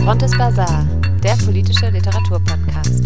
Brontes Bazar, der politische Literaturpodcast.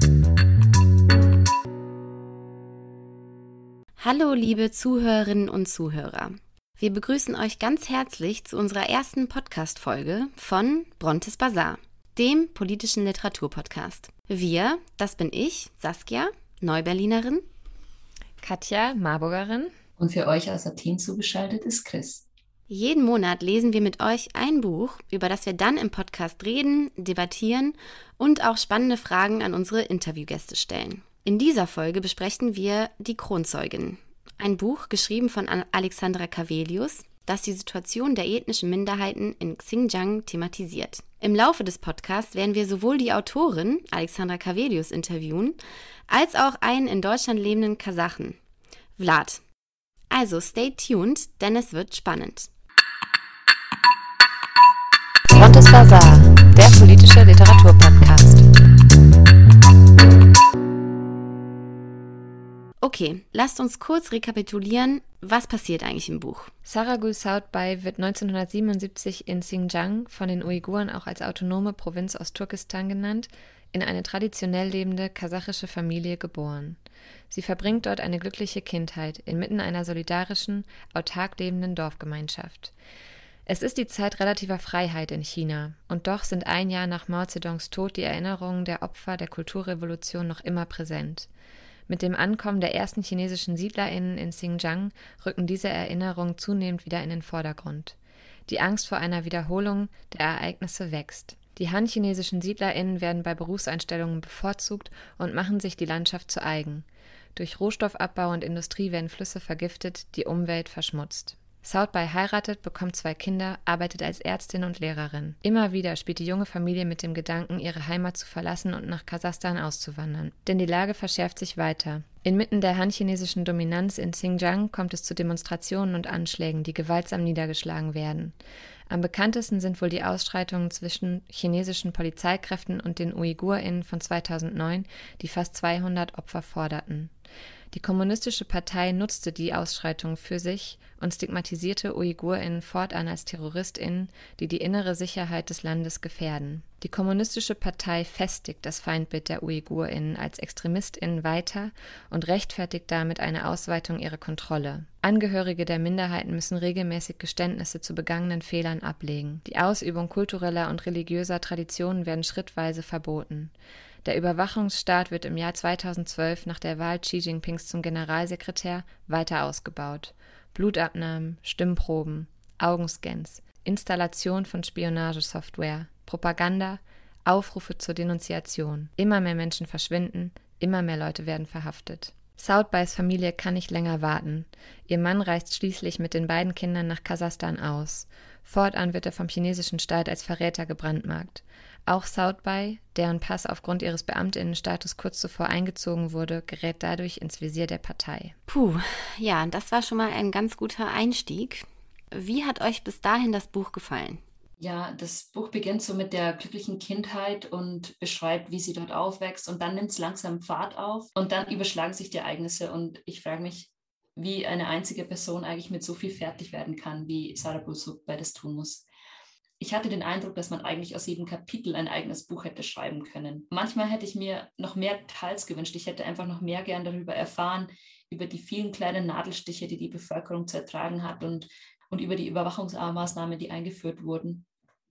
Hallo liebe Zuhörerinnen und Zuhörer. Wir begrüßen euch ganz herzlich zu unserer ersten Podcast-Folge von Brontes Bazar, dem politischen Literaturpodcast. Wir, das bin ich, Saskia, Neuberlinerin. Katja, Marburgerin. Und für euch aus Athen zugeschaltet ist Chris. Jeden Monat lesen wir mit euch ein Buch, über das wir dann im Podcast reden, debattieren und auch spannende Fragen an unsere Interviewgäste stellen. In dieser Folge besprechen wir Die Kronzeugin, ein Buch geschrieben von Alexandra Cavelius, das die Situation der ethnischen Minderheiten in Xinjiang thematisiert. Im Laufe des Podcasts werden wir sowohl die Autorin Alexandra Cavelius interviewen, als auch einen in Deutschland lebenden Kasachen, Vlad. Also stay tuned, denn es wird spannend. Brontes Bazar, der politische Literaturpodcast. Okay, lasst uns kurz rekapitulieren, was passiert eigentlich im Buch. Saragül Saudbay wird 1977 in Xinjiang, von den Uiguren auch als autonome Provinz Ostturkestan genannt, in eine traditionell lebende kasachische Familie geboren. Sie verbringt dort eine glückliche Kindheit, inmitten einer solidarischen, autark lebenden Dorfgemeinschaft. Es ist die Zeit relativer Freiheit in China, und doch sind ein Jahr nach Mao Zedongs Tod die Erinnerungen der Opfer der Kulturrevolution noch immer präsent. Mit dem Ankommen der ersten chinesischen SiedlerInnen in Xinjiang rücken diese Erinnerungen zunehmend wieder in den Vordergrund. Die Angst vor einer Wiederholung der Ereignisse wächst. Die han-chinesischen SiedlerInnen werden bei Berufseinstellungen bevorzugt und machen sich die Landschaft zu eigen. Durch Rohstoffabbau und Industrie werden Flüsse vergiftet, die Umwelt verschmutzt. Saudbay heiratet, bekommt 2 Kinder, arbeitet als Ärztin und Lehrerin. Immer wieder spielt die junge Familie mit dem Gedanken, ihre Heimat zu verlassen und nach Kasachstan auszuwandern. Denn die Lage verschärft sich weiter. Inmitten der han-chinesischen Dominanz in Xinjiang kommt es zu Demonstrationen und Anschlägen, die gewaltsam niedergeschlagen werden. Am bekanntesten sind wohl die Ausschreitungen zwischen chinesischen Polizeikräften und den UigurInnen von 2009, die fast 200 Opfer forderten. Die Kommunistische Partei nutzte die Ausschreitungen für sich und stigmatisierte UigurInnen fortan als TerroristInnen, die die innere Sicherheit des Landes gefährden. Die Kommunistische Partei festigt das Feindbild der UigurInnen als ExtremistInnen weiter und rechtfertigt damit eine Ausweitung ihrer Kontrolle. Angehörige der Minderheiten müssen regelmäßig Geständnisse zu begangenen Fehlern ablegen. Die Ausübung kultureller und religiöser Traditionen werden schrittweise verboten. Der Überwachungsstaat wird im Jahr 2012 nach der Wahl Xi Jinpings zum Generalsekretär weiter ausgebaut. Blutabnahmen, Stimmproben, Augenscans, Installation von Spionagesoftware, Propaganda, Aufrufe zur Denunziation. Immer mehr Menschen verschwinden, immer mehr Leute werden verhaftet. Saudbays Familie kann nicht länger warten. Ihr Mann reist schließlich mit den beiden Kindern nach Kasachstan aus. Fortan wird er vom chinesischen Staat als Verräter gebrandmarkt. Auch Saudbay, deren Pass aufgrund ihres Beamtinnenstatus kurz zuvor eingezogen wurde, gerät dadurch ins Visier der Partei. Ja, das war schon mal ein ganz guter Einstieg. Wie hat euch bis dahin das Buch gefallen? Ja, das Buch beginnt so mit der glücklichen Kindheit und beschreibt, wie sie dort aufwächst, und dann nimmt es langsam Fahrt auf und dann überschlagen sich die Ereignisse, und ich frage mich, wie eine einzige Person eigentlich mit so viel fertig werden kann, wie Saragül Saudbay das tun muss. Ich hatte den Eindruck, dass man eigentlich aus jedem Kapitel ein eigenes Buch hätte schreiben können. Manchmal hätte ich mir noch mehr Details gewünscht. Ich hätte einfach noch mehr gern darüber erfahren, über die vielen kleinen Nadelstiche, die die Bevölkerung zu ertragen hat, und über die Überwachungsmaßnahmen, die eingeführt wurden.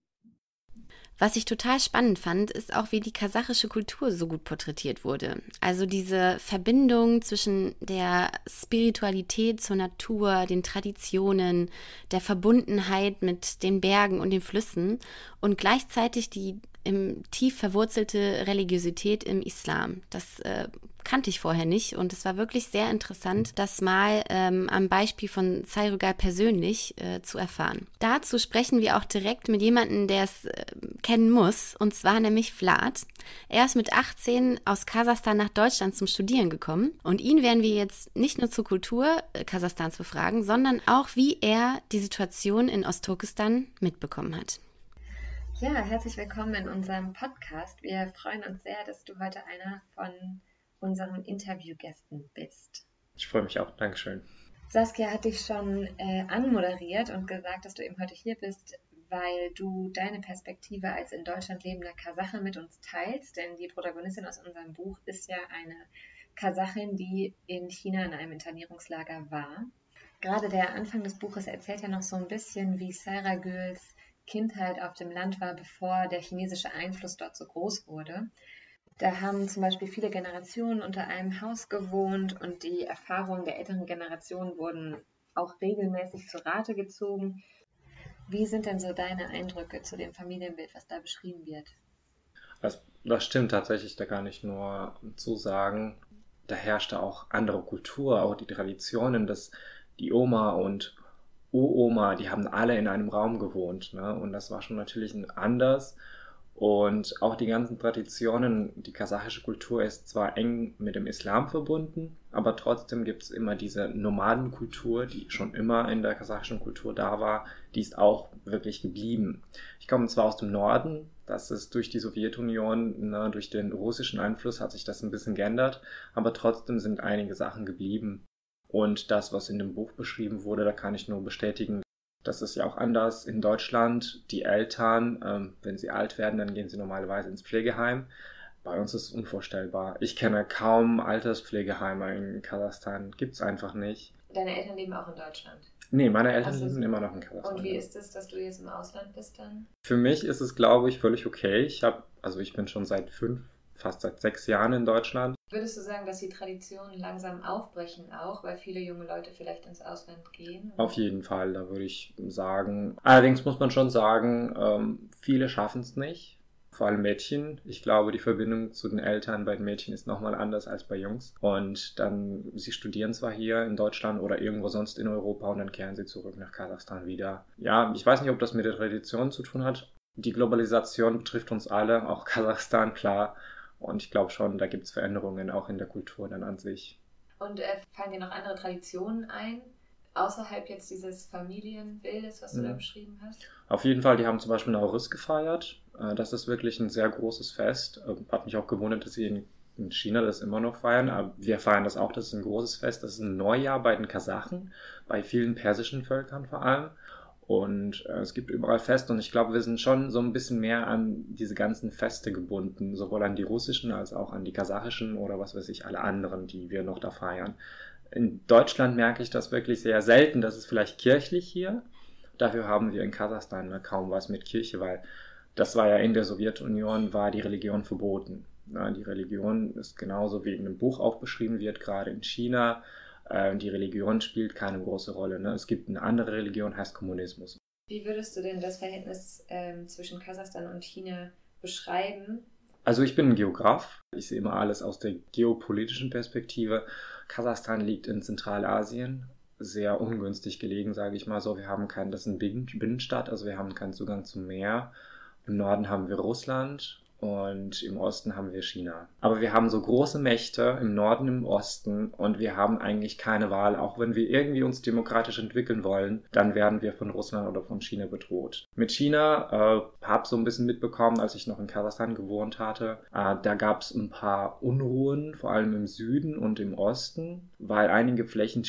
Was ich total spannend fand, ist auch, wie die kasachische Kultur so gut porträtiert wurde. Also diese Verbindung zwischen der Spiritualität zur Natur, den Traditionen, der Verbundenheit mit den Bergen und den Flüssen und gleichzeitig die tief verwurzelte Religiosität im Islam. Das kannte ich vorher nicht, und es war wirklich sehr interessant, das mal am Beispiel von Saragül persönlich zu erfahren. Dazu sprechen wir auch direkt mit jemandem, der es kennen muss, und zwar nämlich Vlad. Er ist mit 18 aus Kasachstan nach Deutschland zum Studieren gekommen, und ihn werden wir jetzt nicht nur zur Kultur Kasachstans befragen, sondern auch, wie er die Situation in Ostturkestan mitbekommen hat. Ja, herzlich willkommen in unserem Podcast. Wir freuen uns sehr, dass du heute einer von unseren Interviewgästen bist. Ich freue mich auch. Dankeschön. Saskia hat dich schon anmoderiert und gesagt, dass du eben heute hier bist weil du deine Perspektive als in Deutschland lebender Kasache mit uns teilst, denn die Protagonistin aus unserem Buch ist ja eine Kasachin, die in China in einem Internierungslager war. Gerade der Anfang des Buches erzählt ja noch so ein bisschen, wie Saira Güls Kindheit auf dem Land war, bevor der chinesische Einfluss dort so groß wurde. Da haben zum Beispiel viele Generationen unter einem Haus gewohnt und die Erfahrungen der älteren Generation wurden auch regelmäßig zu Rate gezogen. Wie sind denn so deine Eindrücke zu dem Familienbild, was da beschrieben wird? Das stimmt tatsächlich, da kann ich nur zu sagen, da herrschte auch andere Kultur, auch die Traditionen, dass die Oma und Uroma, die haben alle in einem Raum gewohnt, ne? Und das war schon natürlich anders. Und auch die ganzen Traditionen, die kasachische Kultur ist zwar eng mit dem Islam verbunden, aber trotzdem gibt es immer diese Nomadenkultur, die schon immer in der kasachischen Kultur da war, die ist auch wirklich geblieben. Ich komme zwar aus dem Norden, das ist durch die Sowjetunion, ne, durch den russischen Einfluss hat sich das ein bisschen geändert, aber trotzdem sind einige Sachen geblieben. Und das, was in dem Buch beschrieben wurde, da kann ich nur bestätigen, das ist ja auch anders in Deutschland. Die Eltern, wenn sie alt werden, dann gehen sie normalerweise ins Pflegeheim. Bei uns ist es unvorstellbar. Ich kenne kaum Alterspflegeheime in Kasachstan. Gibt es einfach nicht. Deine Eltern leben auch in Deutschland? Nee, meine Eltern leben immer noch in Kasachstan. Und wie ist es, dass du jetzt im Ausland bist dann? Für mich ist es, glaube ich, völlig okay. Ich bin schon fast seit 6 Jahren in Deutschland. Würdest du sagen, dass die Traditionen langsam aufbrechen auch, weil viele junge Leute vielleicht ins Ausland gehen? Auf jeden Fall, da würde ich sagen. Allerdings muss man schon sagen, viele schaffen es nicht. Vor allem Mädchen. Ich glaube, die Verbindung zu den Eltern bei den Mädchen ist nochmal anders als bei Jungs. Und dann, sie studieren zwar hier in Deutschland oder irgendwo sonst in Europa und dann kehren sie zurück nach Kasachstan wieder. Ja, ich weiß nicht, ob das mit der Tradition zu tun hat. Die Globalisation betrifft uns alle, auch Kasachstan, klar. Und ich glaube schon, da gibt es Veränderungen auch in der Kultur dann an sich. Und fallen dir noch andere Traditionen ein, außerhalb jetzt dieses Familienbildes, was du da beschrieben hast? Auf jeden Fall, die haben zum Beispiel Nauruz gefeiert. Das ist wirklich ein sehr großes Fest. Hat mich auch gewundert, dass sie in China das immer noch feiern. Aber wir feiern das auch, das ist ein großes Fest. Das ist ein Neujahr bei den Kasachen, bei vielen persischen Völkern vor allem. Und es gibt überall Feste und ich glaube, wir sind schon so ein bisschen mehr an diese ganzen Feste gebunden, sowohl an die russischen als auch an die kasachischen oder was weiß ich, alle anderen, die wir noch da feiern. In Deutschland merke ich das wirklich sehr selten, das ist vielleicht kirchlich hier. Dafür haben wir in Kasachstan kaum was mit Kirche, weil das war ja in der Sowjetunion, war die Religion verboten. Die Religion ist genauso wie in dem Buch auch beschrieben wird, gerade in China. Die Religion spielt keine große Rolle. Ne? Es gibt eine andere Religion, heißt Kommunismus. Wie würdest du denn das Verhältnis zwischen Kasachstan und China beschreiben? Also ich bin ein Geograf. Ich sehe immer alles aus der geopolitischen Perspektive. Kasachstan liegt in Zentralasien, sehr ungünstig gelegen, sage ich mal so. Das ist eine Binnenstadt, also wir haben keinen Zugang zum Meer. Im Norden haben wir Russland. Und im Osten haben wir China. Aber wir haben so große Mächte im Norden, im Osten und wir haben eigentlich keine Wahl. Auch wenn wir irgendwie uns demokratisch entwickeln wollen, dann werden wir von Russland oder von China bedroht. Mit China habe so ein bisschen mitbekommen, als ich noch in Kasachstan gewohnt hatte. Da gab es ein paar Unruhen, vor allem im Süden und im Osten, weil einige Flächen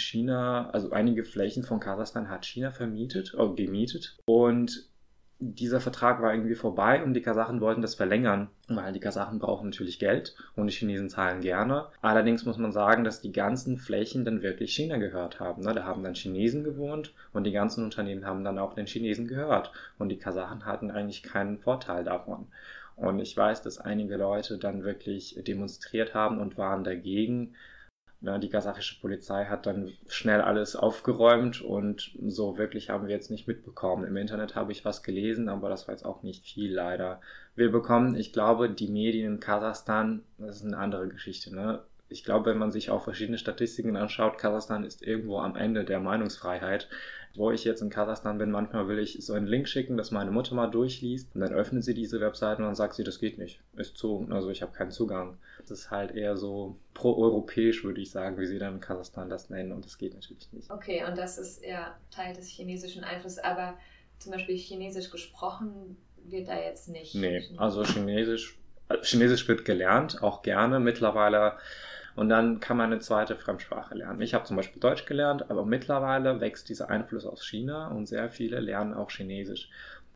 von Kasachstan hat China gemietet und dieser Vertrag war irgendwie vorbei und die Kasachen wollten das verlängern, weil die Kasachen brauchen natürlich Geld und die Chinesen zahlen gerne. Allerdings muss man sagen, dass die ganzen Flächen dann wirklich China gehört haben. Da haben dann Chinesen gewohnt und die ganzen Unternehmen haben dann auch den Chinesen gehört. Und die Kasachen hatten eigentlich keinen Vorteil davon. Und ich weiß, dass einige Leute dann wirklich demonstriert haben und waren dagegen. Die kasachische Polizei hat dann schnell alles aufgeräumt und so wirklich haben wir jetzt nicht mitbekommen. Im Internet habe ich was gelesen, aber das war jetzt auch nicht viel leider. Ich glaube, die Medien in Kasachstan, das ist eine andere Geschichte, ne? Ich glaube, wenn man sich auch verschiedene Statistiken anschaut, Kasachstan ist irgendwo am Ende der Meinungsfreiheit. Wo ich jetzt in Kasachstan bin, manchmal will ich so einen Link schicken, dass meine Mutter mal durchliest und dann öffnet sie diese Webseite und dann sagt sie, das geht nicht, ist zu, also ich habe keinen Zugang. Das ist halt eher so pro-europäisch, würde ich sagen, wie sie dann in Kasachstan das nennen und das geht natürlich nicht. Okay, und das ist ja Teil des chinesischen Einflusses, aber zum Beispiel Chinesisch gesprochen wird da jetzt nicht? Nee, also Chinesisch wird gelernt, auch gerne mittlerweile. Und dann kann man eine zweite Fremdsprache lernen. Ich habe zum Beispiel Deutsch gelernt, aber mittlerweile wächst dieser Einfluss aus China und sehr viele lernen auch Chinesisch.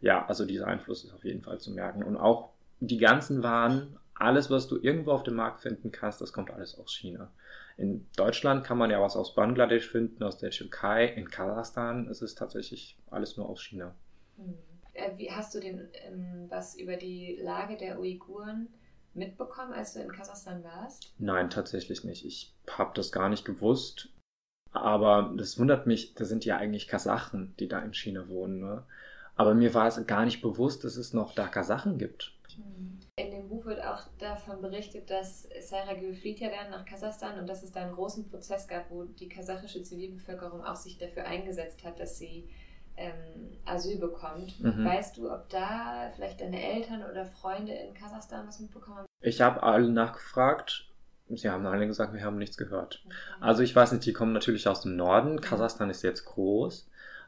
ja, also dieser Einfluss ist auf jeden Fall zu merken. Und auch die ganzen Waren, alles, was du irgendwo auf dem Markt finden kannst, das kommt alles aus China. In Deutschland kann man ja was aus Bangladesch finden, aus der Türkei. In Kasachstan ist es tatsächlich alles nur aus China. Wie hast du was über die Lage der Uiguren mitbekommen, als du in Kasachstan warst? Nein, tatsächlich nicht. Ich habe das gar nicht gewusst. Aber das wundert mich, das sind ja eigentlich Kasachen, die da in China wohnen. Ne? Aber mir war es gar nicht bewusst, dass es noch da Kasachen gibt. In dem Buch wird auch davon berichtet, dass Sayragül flieht ja dann nach Kasachstan und dass es da einen großen Prozess gab, wo die kasachische Zivilbevölkerung auch sich dafür eingesetzt hat, dass sie Asyl bekommt. Weißt du, ob da vielleicht deine Eltern oder Freunde in Kasachstan was mitbekommen haben? Ich habe alle nachgefragt. Sie haben alle gesagt, wir haben nichts gehört. Okay. Also ich weiß nicht, die kommen natürlich aus dem Norden. Kasachstan ist jetzt groß.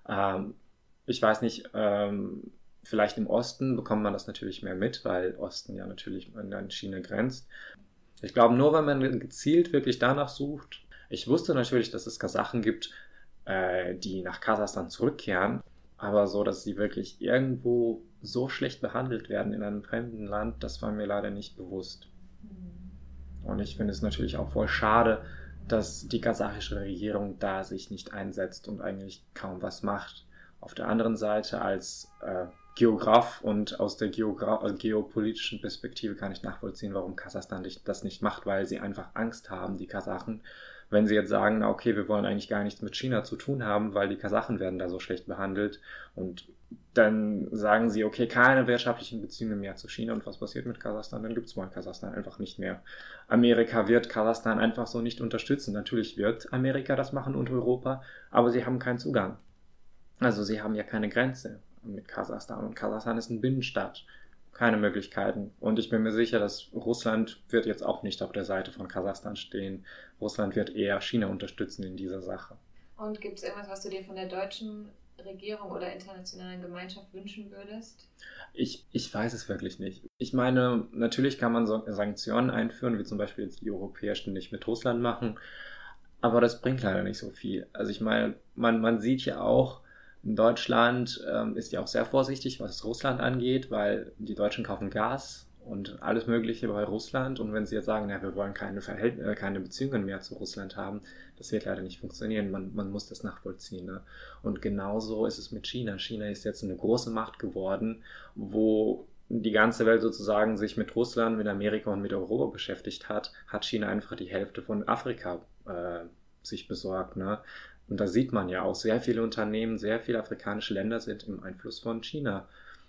Ich weiß nicht, vielleicht im Osten bekommt man das natürlich mehr mit, weil Osten ja natürlich an China grenzt. Ich glaube, nur wenn man gezielt wirklich danach sucht. Ich wusste natürlich, dass es Kasachen gibt, die nach Kasachstan zurückkehren, aber so, dass sie wirklich irgendwo so schlecht behandelt werden in einem fremden Land, das war mir leider nicht bewusst. Und ich finde es natürlich auch voll schade, dass die kasachische Regierung da sich nicht einsetzt und eigentlich kaum was macht. Auf der anderen Seite als Geograf und aus der geopolitischen Perspektive kann ich nachvollziehen, warum Kasachstan das nicht macht, weil sie einfach Angst haben, die Kasachen. Wenn sie jetzt sagen, na okay, wir wollen eigentlich gar nichts mit China zu tun haben, weil die Kasachen werden da so schlecht behandelt und dann sagen sie, okay, keine wirtschaftlichen Beziehungen mehr zu China und was passiert mit Kasachstan? Dann gibt es mal Kasachstan einfach nicht mehr. Amerika wird Kasachstan einfach so nicht unterstützen. Natürlich wird Amerika das machen und Europa, aber sie haben keinen Zugang. Also sie haben ja keine Grenze mit Kasachstan und Kasachstan ist ein Binnenstaat. Keine Möglichkeiten. Und ich bin mir sicher, dass Russland wird jetzt auch nicht auf der Seite von Kasachstan stehen. Russland wird eher China unterstützen in dieser Sache. Und gibt es irgendwas, was du dir von der deutschen Regierung oder internationalen Gemeinschaft wünschen würdest? Ich weiß es wirklich nicht. Ich meine, natürlich kann man Sanktionen einführen, wie zum Beispiel jetzt die Europäer ständig mit Russland machen, aber das bringt leider nicht so viel. Also ich meine, man sieht ja auch, Deutschland ist ja auch sehr vorsichtig, was Russland angeht, weil die Deutschen kaufen Gas und alles Mögliche bei Russland. Und wenn sie jetzt sagen, ja, wir wollen keine Beziehungen mehr zu Russland haben, das wird leider nicht funktionieren. Man muss das nachvollziehen. Ne? Und genauso ist es mit China. China ist jetzt eine große Macht geworden, wo die ganze Welt sozusagen sich mit Russland, mit Amerika und mit Europa beschäftigt hat China einfach die Hälfte von Afrika sich besorgt. Ne? Und da sieht man ja auch, sehr viele Unternehmen, sehr viele afrikanische Länder sind im Einfluss von China.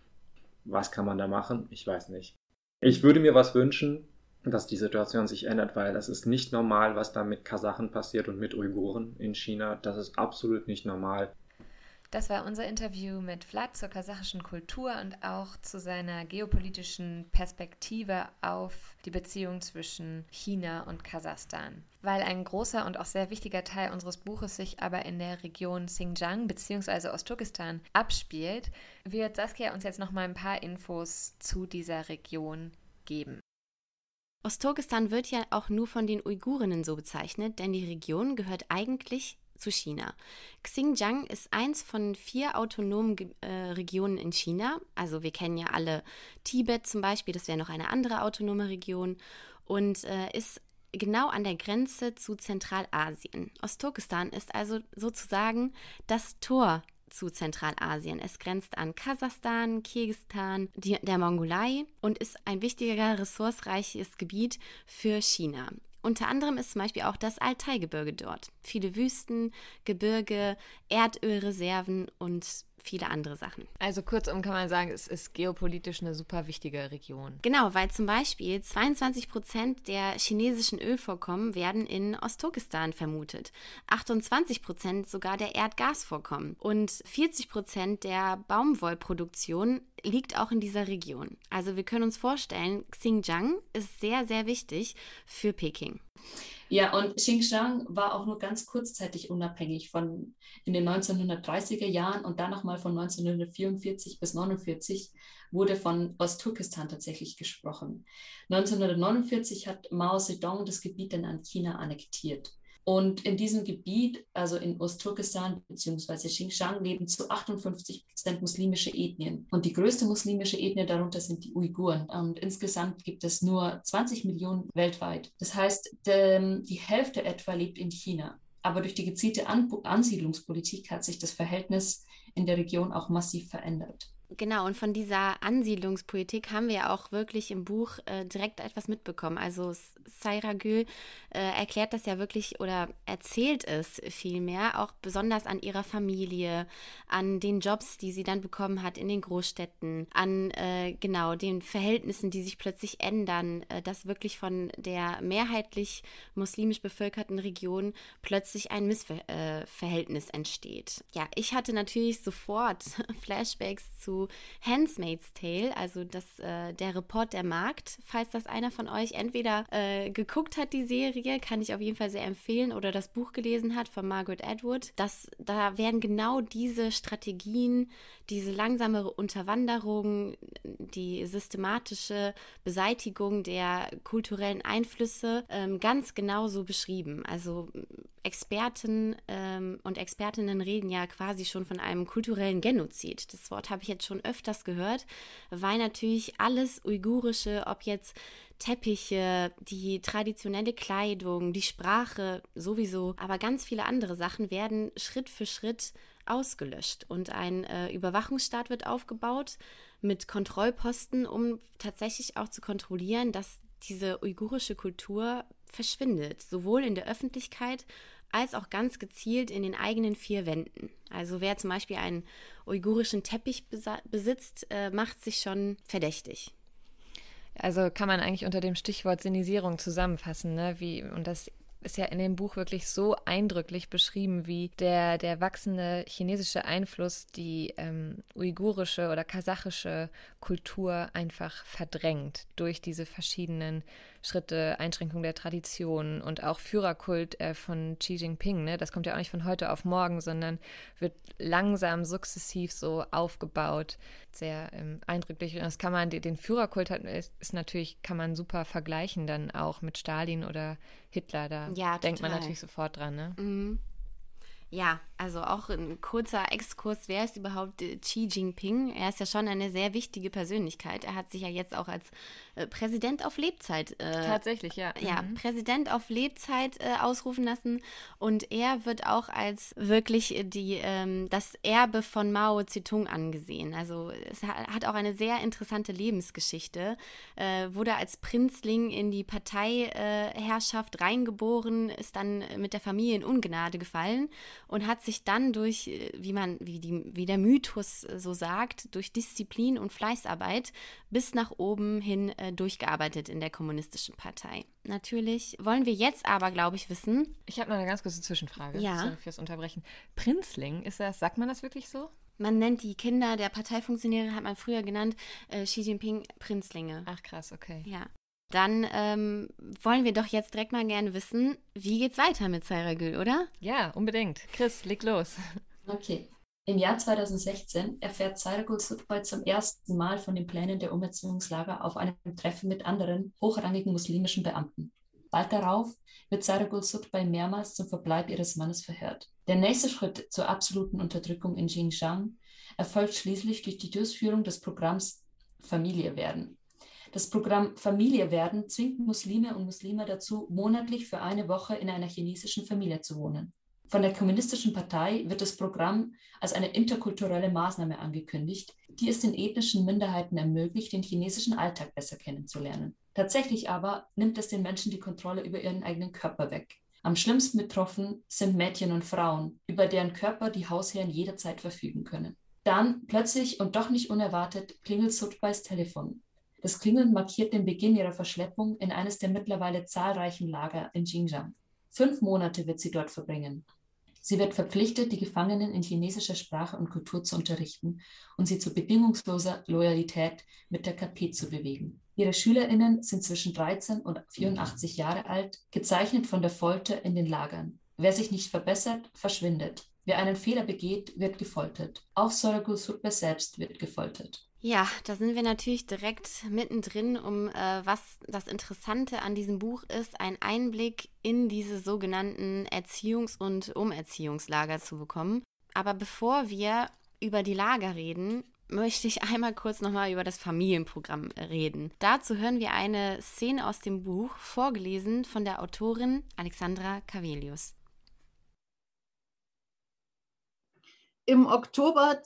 Was kann man da machen? Ich weiß nicht. Ich würde mir was wünschen, dass die Situation sich ändert, weil das ist nicht normal, was da mit Kasachen passiert und mit Uiguren in China. Das ist absolut nicht normal. Das war unser Interview mit Vlad zur kasachischen Kultur und auch zu seiner geopolitischen Perspektive auf die Beziehung zwischen China und Kasachstan. Weil ein großer und auch sehr wichtiger Teil unseres Buches sich aber in der Region Xinjiang bzw. Ostturkestan abspielt, wird Saskia uns jetzt noch mal ein paar Infos zu dieser Region geben. Ostturkestan wird ja auch nur von den Uigurinnen so bezeichnet, denn die Region gehört eigentlich zu China. Xinjiang ist eins von 4 autonomen Regionen in China. Also wir kennen ja alle Tibet zum Beispiel, das wäre noch eine andere autonome Region und ist genau an der Grenze zu Zentralasien. Ostturkestan ist also sozusagen das Tor zu Zentralasien. Es grenzt an Kasachstan, Kirgisistan, der Mongolei und ist ein wichtiger, ressourcenreiches Gebiet für China. Unter anderem ist zum Beispiel auch das Altai-Gebirge dort. Viele Wüsten, Gebirge, Erdölreserven und viele andere Sachen. Also kurzum kann man sagen, es ist geopolitisch eine super wichtige Region. Genau, weil zum Beispiel 22% der chinesischen Ölvorkommen werden in Ostturkestan vermutet, 28% sogar der Erdgasvorkommen und 40% der Baumwollproduktion liegt auch in dieser Region. Also wir können uns vorstellen, Xinjiang ist sehr, sehr wichtig für Peking. Ja, und Xinjiang war auch nur ganz kurzzeitig unabhängig in den 1930er Jahren und dann nochmal von 1944 bis 1949 wurde von Ostturkestan tatsächlich gesprochen. 1949 hat Mao Zedong das Gebiet dann an China annektiert. Und in diesem Gebiet, also in Ostturkestan bzw. Xinjiang, leben zu 58% muslimische Ethnien. Und die größte muslimische Ethnie darunter sind die Uiguren. Und insgesamt gibt es nur 20 Millionen weltweit. Das heißt, die Hälfte etwa lebt in China. Aber durch die gezielte Ansiedlungspolitik hat sich das Verhältnis in der Region auch massiv verändert. Genau, und von dieser Ansiedlungspolitik haben wir ja auch wirklich im Buch direkt etwas mitbekommen. Also Sayragül erklärt das ja wirklich oder erzählt es vielmehr, auch besonders an ihrer Familie, an den Jobs, die sie dann bekommen hat in den Großstädten, an genau den Verhältnissen, die sich plötzlich ändern, dass wirklich von der mehrheitlich muslimisch bevölkerten Region plötzlich ein Missverhältnis entsteht. Ja, ich hatte natürlich sofort Flashbacks zu Handmaid's Tale, also der Report der Magd, falls das einer von euch entweder geguckt hat, die Serie, kann ich auf jeden Fall sehr empfehlen, oder das Buch gelesen hat von Margaret Atwood. Da werden genau diese Strategien, diese langsame Unterwanderung, die systematische Beseitigung der kulturellen Einflüsse ganz genau so beschrieben. Also Experten und Expertinnen reden ja quasi schon von einem kulturellen Genozid. Das Wort habe ich jetzt schon öfters gehört, weil natürlich alles Uigurische, ob jetzt Teppiche, die traditionelle Kleidung, die Sprache sowieso, aber ganz viele andere Sachen werden Schritt für Schritt ausgelöscht und ein Überwachungsstaat wird aufgebaut mit Kontrollposten, um tatsächlich auch zu kontrollieren, dass diese uigurische Kultur verschwindet, sowohl in der Öffentlichkeit als auch ganz gezielt in den eigenen vier Wänden. Also wer zum Beispiel einen uigurischen Teppich besitzt, macht sich schon verdächtig. Also kann man eigentlich unter dem Stichwort Sinisierung zusammenfassen, ne? Und das ist ja in dem Buch wirklich so eindrücklich beschrieben, wie der wachsende chinesische Einfluss die uigurische oder kasachische Kultur einfach verdrängt durch diese verschiedenen Schritte, Einschränkung der Tradition und auch Führerkult von Xi Jinping. Ne? Das kommt ja auch nicht von heute auf morgen, sondern wird langsam, sukzessiv so aufgebaut. Sehr eindrücklich. Und das kann man, den Führerkult ist natürlich, kann man super vergleichen dann auch mit Stalin oder Hitler. Da denkt man natürlich sofort dran, ne? Mhm. Ja, also auch ein kurzer Exkurs, wer ist überhaupt Xi Jinping? Er ist ja schon eine sehr wichtige Persönlichkeit. Er hat sich ja jetzt auch als Präsident auf Lebzeit tatsächlich, ja. Ja, Präsident auf Lebzeit ausrufen lassen, und er wird auch als wirklich das Erbe von Mao Zedong angesehen. Also es hat auch eine sehr interessante Lebensgeschichte, wurde als Prinzling in die Parteiherrschaft reingeboren, ist dann mit der Familie in Ungnade gefallen und hat sich dann durch, wie der Mythos so sagt, durch Disziplin und Fleißarbeit bis nach oben hin durchgearbeitet in der kommunistischen Partei. Natürlich wollen wir jetzt aber, glaube ich, wissen. Ich habe noch eine ganz kurze Zwischenfrage. Ja. Fürs Unterbrechen. Prinzling, sagt man das wirklich so? Man nennt die Kinder der Parteifunktionäre, hat man früher genannt, Xi Jinping Prinzlinge. Ach krass, okay. Ja. Dann wollen wir doch jetzt direkt mal gerne wissen, wie geht's weiter mit Sayragül, oder? Ja, unbedingt. Chris, leg los. Okay. Im Jahr 2016 erfährt Sayragül Sütbay zum ersten Mal von den Plänen der Umerziehungslager auf einem Treffen mit anderen hochrangigen muslimischen Beamten. Bald darauf wird Sayragül Sütbay mehrmals zum Verbleib ihres Mannes verhört. Der nächste Schritt zur absoluten Unterdrückung in Xinjiang erfolgt schließlich durch die Durchführung des Programms Familie werden. Das Programm Familie werden zwingt Muslime und Muslime dazu, monatlich für eine Woche in einer chinesischen Familie zu wohnen. Von der Kommunistischen Partei wird das Programm als eine interkulturelle Maßnahme angekündigt, die es den ethnischen Minderheiten ermöglicht, den chinesischen Alltag besser kennenzulernen. Tatsächlich aber nimmt es den Menschen die Kontrolle über ihren eigenen Körper weg. Am schlimmsten betroffen sind Mädchen und Frauen, über deren Körper die Hausherren jederzeit verfügen können. Dann, plötzlich und doch nicht unerwartet, klingelt Sütbays Telefon. Das Klingeln markiert den Beginn ihrer Verschleppung in eines der mittlerweile zahlreichen Lager in Xinjiang. 5 Monate wird sie dort verbringen. Sie wird verpflichtet, die Gefangenen in chinesischer Sprache und Kultur zu unterrichten und sie zu bedingungsloser Loyalität mit der KP zu bewegen. Ihre SchülerInnen sind zwischen 13 und 84 Jahre alt, gezeichnet von der Folter in den Lagern. Wer sich nicht verbessert, verschwindet. Wer einen Fehler begeht, wird gefoltert. Auch Sayragül Sütbay selbst wird gefoltert. Ja, da sind wir natürlich direkt mittendrin, was das Interessante an diesem Buch ist, einen Einblick in diese sogenannten Erziehungs- und Umerziehungslager zu bekommen. Aber bevor wir über die Lager reden, möchte ich einmal kurz nochmal über das Familienprogramm reden. Dazu hören wir eine Szene aus dem Buch, vorgelesen von der Autorin Alexandra Cavelius. Im Oktober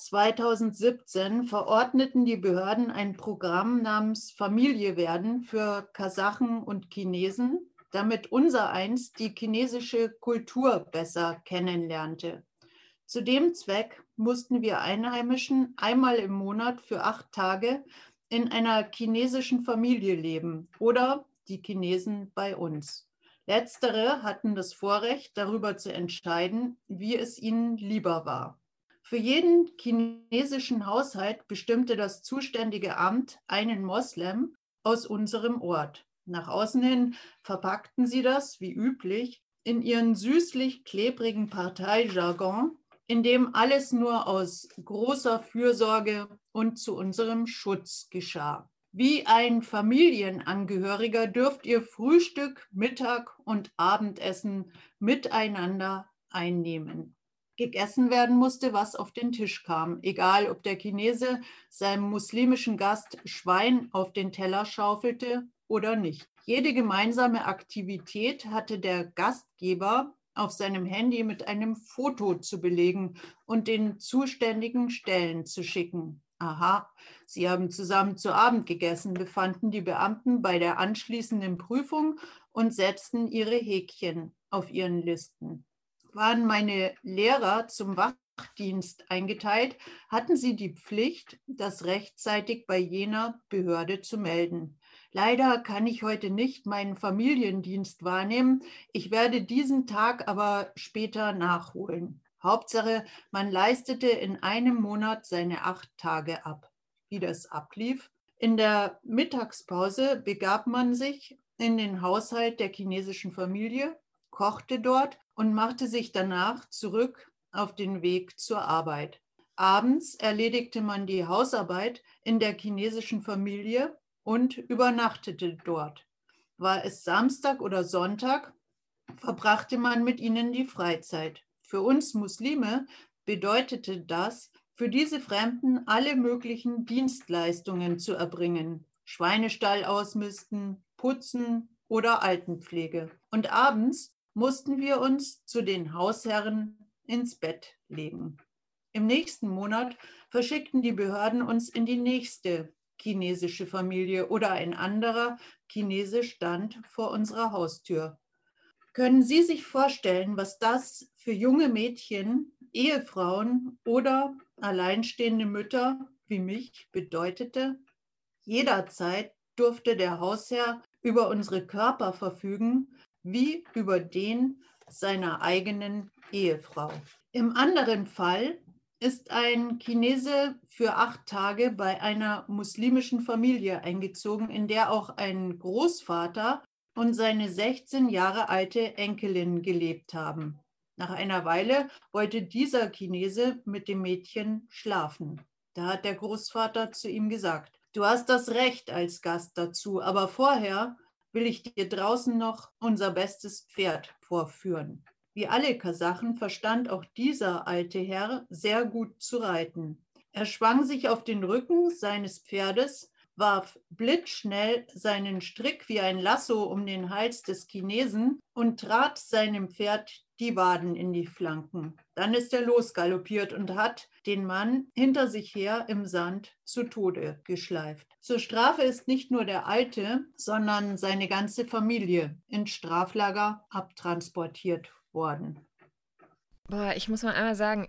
2017 verordneten die Behörden ein Programm namens Familie werden für Kasachen und Chinesen, damit unsereins die chinesische Kultur besser kennenlernte. Zu dem Zweck mussten wir Einheimischen einmal im Monat für 8 Tage in einer chinesischen Familie leben oder die Chinesen bei uns. Letztere hatten das Vorrecht, darüber zu entscheiden, wie es ihnen lieber war. Für jeden chinesischen Haushalt bestimmte das zuständige Amt einen Moslem aus unserem Ort. Nach außen hin verpackten sie das, wie üblich, in ihren süßlich-klebrigen Parteijargon, in dem alles nur aus großer Fürsorge und zu unserem Schutz geschah. Wie ein Familienangehöriger dürft ihr Frühstück, Mittag und Abendessen miteinander einnehmen. Gegessen werden musste, was auf den Tisch kam, egal ob der Chinese seinem muslimischen Gast Schwein auf den Teller schaufelte oder nicht. Jede gemeinsame Aktivität hatte der Gastgeber auf seinem Handy mit einem Foto zu belegen und den zuständigen Stellen zu schicken. Aha, sie haben zusammen zu Abend gegessen, befanden die Beamten bei der anschließenden Prüfung und setzten ihre Häkchen auf ihren Listen. Waren meine Lehrer zum Wachdienst eingeteilt, hatten sie die Pflicht, das rechtzeitig bei jener Behörde zu melden. Leider kann ich heute nicht meinen Familiendienst wahrnehmen. Ich werde diesen Tag aber später nachholen. Hauptsache, man leistete in einem Monat seine 8 Tage ab. Wie das ablief? In der Mittagspause begab man sich in den Haushalt der chinesischen Familie, kochte dort und machte sich danach zurück auf den Weg zur Arbeit. Abends erledigte man die Hausarbeit in der chinesischen Familie und übernachtete dort. War es Samstag oder Sonntag, verbrachte man mit ihnen die Freizeit. Für uns Muslime bedeutete das, für diese Fremden alle möglichen Dienstleistungen zu erbringen. Schweinestall ausmisten, putzen oder Altenpflege. Und abends mussten wir uns zu den Hausherren ins Bett legen. Im nächsten Monat verschickten die Behörden uns in die nächste chinesische Familie oder ein anderer Chinese stand vor unserer Haustür. Können Sie sich vorstellen, was das für junge Mädchen, Ehefrauen oder alleinstehende Mütter wie mich bedeutete? Jederzeit durfte der Hausherr über unsere Körper verfügen, wie über den seiner eigenen Ehefrau. Im anderen Fall ist ein Chinese für 8 Tage bei einer muslimischen Familie eingezogen, in der auch ein Großvater und seine 16 Jahre alte Enkelin gelebt haben. Nach einer Weile wollte dieser Chinese mit dem Mädchen schlafen. Da hat der Großvater zu ihm gesagt: Du hast das Recht als Gast dazu, aber vorher will ich dir draußen noch unser bestes Pferd vorführen. Wie alle Kasachen verstand auch dieser alte Herr sehr gut zu reiten. Er schwang sich auf den Rücken seines Pferdes, warf blitzschnell seinen Strick wie ein Lasso um den Hals des Chinesen und trat seinem Pferd die Waden in die Flanken. Dann ist er losgaloppiert und hat den Mann hinter sich her im Sand zu Tode geschleift. Zur Strafe ist nicht nur der Alte, sondern seine ganze Familie ins Straflager abtransportiert worden. Boah, ich muss mal einmal sagen,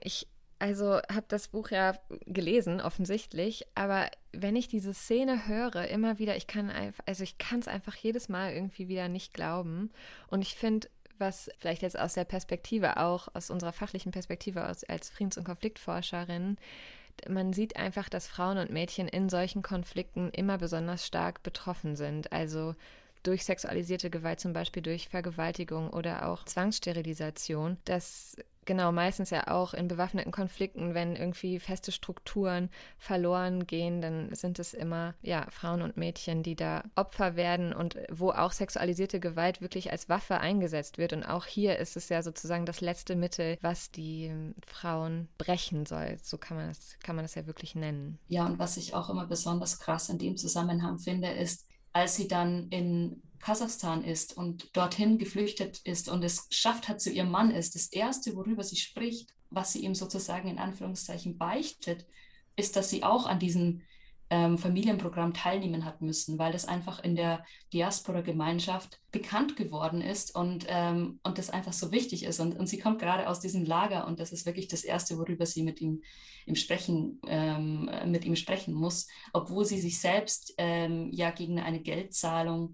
habe das Buch ja gelesen, offensichtlich, aber wenn ich diese Szene höre, immer wieder, ich kann es einfach jedes Mal irgendwie wieder nicht glauben. Und ich finde, was vielleicht jetzt aus der Perspektive auch, aus unserer fachlichen Perspektive als Friedens- und Konfliktforscherin, man sieht einfach, dass Frauen und Mädchen in solchen Konflikten immer besonders stark betroffen sind. Also durch sexualisierte Gewalt, zum Beispiel durch Vergewaltigung oder auch Zwangssterilisation, dass genau, meistens ja auch in bewaffneten Konflikten, wenn irgendwie feste Strukturen verloren gehen, dann sind es immer Frauen und Mädchen, die da Opfer werden und wo auch sexualisierte Gewalt wirklich als Waffe eingesetzt wird. Und auch hier ist es ja sozusagen das letzte Mittel, was die Frauen brechen soll. So kann man das ja wirklich nennen. Ja, und was ich auch immer besonders krass in dem Zusammenhang finde, ist, als sie dann in Kasachstan ist und dorthin geflüchtet ist und es geschafft hat, zu ihrem Mann ist, das Erste, worüber sie spricht, was sie ihm sozusagen in Anführungszeichen beichtet, ist, dass sie auch an diesem Familienprogramm teilnehmen hat müssen, weil das einfach in der Diaspora-Gemeinschaft bekannt geworden ist und das einfach so wichtig ist. Und sie kommt gerade aus diesem Lager und das ist wirklich das Erste, worüber sie mit ihm sprechen muss, obwohl sie sich selbst gegen eine Geldzahlung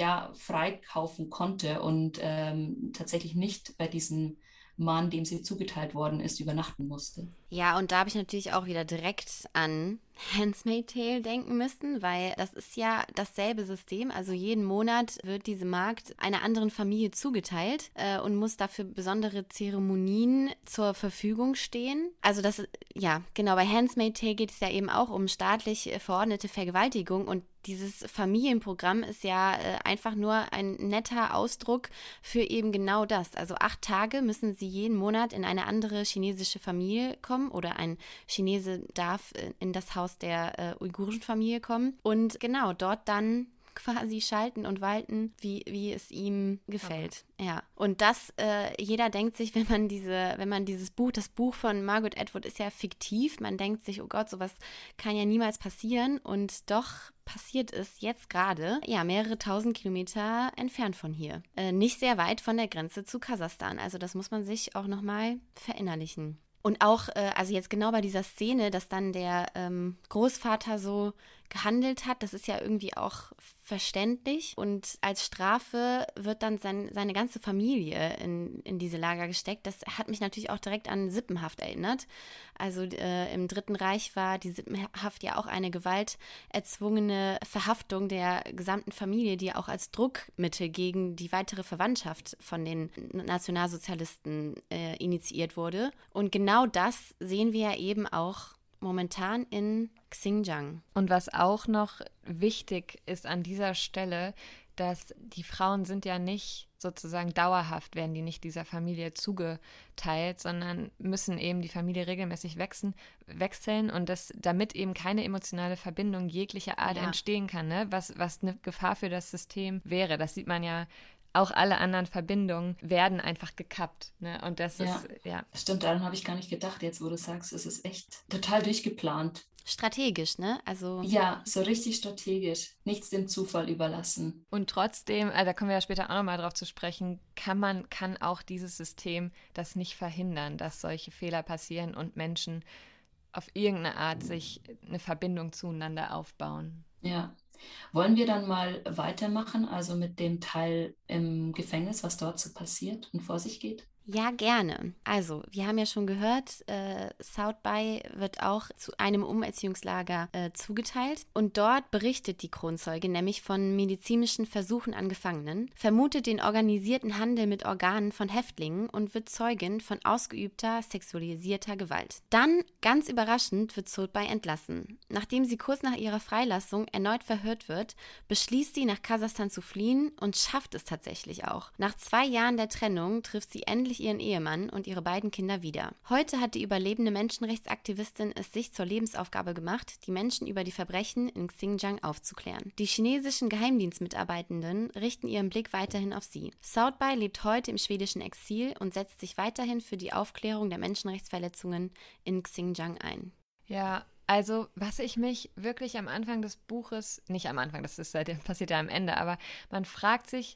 freikaufen konnte und tatsächlich nicht bei diesem Mann, dem sie zugeteilt worden ist, übernachten musste. Ja, und da habe ich natürlich auch wieder direkt an Handmaid's Tale denken müssen, weil das ist ja dasselbe System. Also jeden Monat wird diese Magd einer anderen Familie zugeteilt und muss dafür besondere Zeremonien zur Verfügung stehen. Also das, ja, genau, bei Handmaid's Tale geht es ja eben auch um staatlich verordnete Vergewaltigung und dieses Familienprogramm ist ja einfach nur ein netter Ausdruck für eben genau das. Also 8 Tage müssen sie jeden Monat in eine andere chinesische Familie kommen oder ein Chinese darf in das Haus der uigurischen Familie kommen und genau dort dann quasi schalten und walten, wie es ihm gefällt. Ja. Und das, jeder denkt sich, wenn man dieses Buch, das Buch von Margaret Atwood ist ja fiktiv, man denkt sich, oh Gott, sowas kann ja niemals passieren und doch passiert es jetzt gerade, mehrere 1000 Kilometer entfernt von hier. Nicht sehr weit von der Grenze zu Kasachstan. Also das muss man sich auch nochmal verinnerlichen. Und auch, also jetzt genau bei dieser Szene, dass dann der Großvater so gehandelt hat, das ist ja irgendwie auch verständlich. Und als Strafe wird dann seine ganze Familie in diese Lager gesteckt. Das hat mich natürlich auch direkt an Sippenhaft erinnert. Also im Dritten Reich war die Sippenhaft ja auch eine gewalterzwungene Verhaftung der gesamten Familie, die auch als Druckmittel gegen die weitere Verwandtschaft von den Nationalsozialisten initiiert wurde. Und genau das sehen wir ja eben auch momentan in Xinjiang. Und was auch noch wichtig ist an dieser Stelle, dass die Frauen sind ja nicht sozusagen dauerhaft, werden die nicht dieser Familie zugeteilt, sondern müssen eben die Familie regelmäßig wechseln und damit eben keine emotionale Verbindung jeglicher Art entstehen kann, ne? Was eine Gefahr für das System wäre. Das sieht man ja. Auch alle anderen Verbindungen werden einfach gekappt. Ne? Und das ist, Stimmt, daran habe ich gar nicht gedacht, jetzt wo du sagst, es ist echt total durchgeplant. Strategisch, ne? Also ja, so richtig strategisch. Nichts dem Zufall überlassen. Und trotzdem, da kommen wir ja später auch nochmal drauf zu sprechen, kann auch dieses System das nicht verhindern, dass solche Fehler passieren und Menschen auf irgendeine Art sich eine Verbindung zueinander aufbauen. Ja. Wollen wir dann mal weitermachen, also mit dem Teil im Gefängnis, was dort so passiert und vor sich geht? Ja, gerne. Also, wir haben ja schon gehört, South By wird auch zu einem Umerziehungslager zugeteilt. Und dort berichtet die Kronzeuge nämlich von medizinischen Versuchen an Gefangenen, vermutet den organisierten Handel mit Organen von Häftlingen und wird Zeugin von ausgeübter sexualisierter Gewalt. Dann, ganz überraschend, wird South By entlassen. Nachdem sie kurz nach ihrer Freilassung erneut verhört wird, beschließt sie, nach Kasachstan zu fliehen und schafft es tatsächlich auch. Nach 2 Jahren der Trennung trifft sie endlich ihren Ehemann und ihre beiden Kinder wieder. Heute hat die überlebende Menschenrechtsaktivistin es sich zur Lebensaufgabe gemacht, die Menschen über die Verbrechen in Xinjiang aufzuklären. Die chinesischen Geheimdienstmitarbeitenden richten ihren Blick weiterhin auf sie. South By lebt heute im schwedischen Exil und setzt sich weiterhin für die Aufklärung der Menschenrechtsverletzungen in Xinjiang ein. Ja, also was ich mich wirklich am Anfang des Buches, nicht am Anfang, passiert ja am Ende, aber man fragt sich,